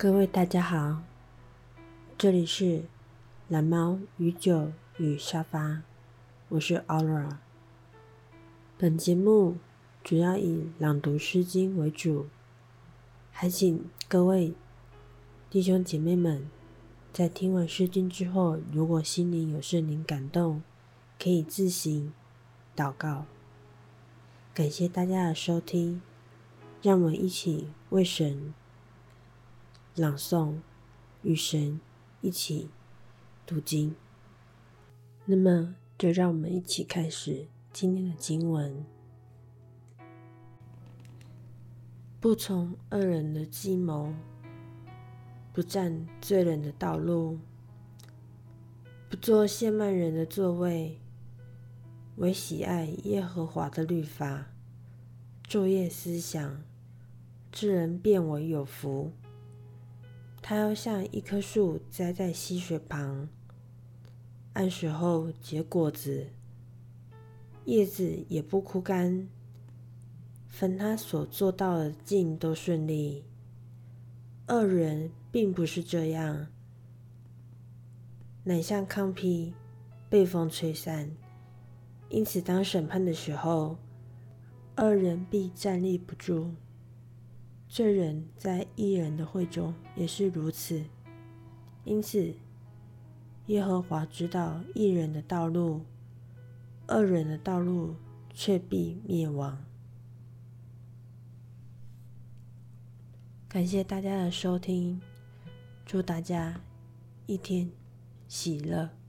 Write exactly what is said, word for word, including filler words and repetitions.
各位大家好，这里是蓝猫与酒与沙发，我是 Aura。 本节目主要以朗读诗经为主，还请各位弟兄姐妹们在听完诗经之后，如果心灵有圣灵感动，可以自行祷告。感谢大家的收听，让我们一起为神朗诵，与神一起读经。那么就让我们一起开始今天的经文。不从恶人的计谋，不占罪人的道路，不坐亵慢人的座位，唯喜爱耶和华的律法，昼夜思想，这人便为有福。他要像一棵树栽在溪水旁，按时候结果子，叶子也不枯干，凡他所做到的尽都顺利。恶人并不是这样，乃像糠秕被风吹散，因此当审判的时候，恶人必站立不住。罪人在义人的会中也是如此，因此耶和华知道义人的道路，恶人的道路却必灭亡。感谢大家的收听，祝大家一天喜乐。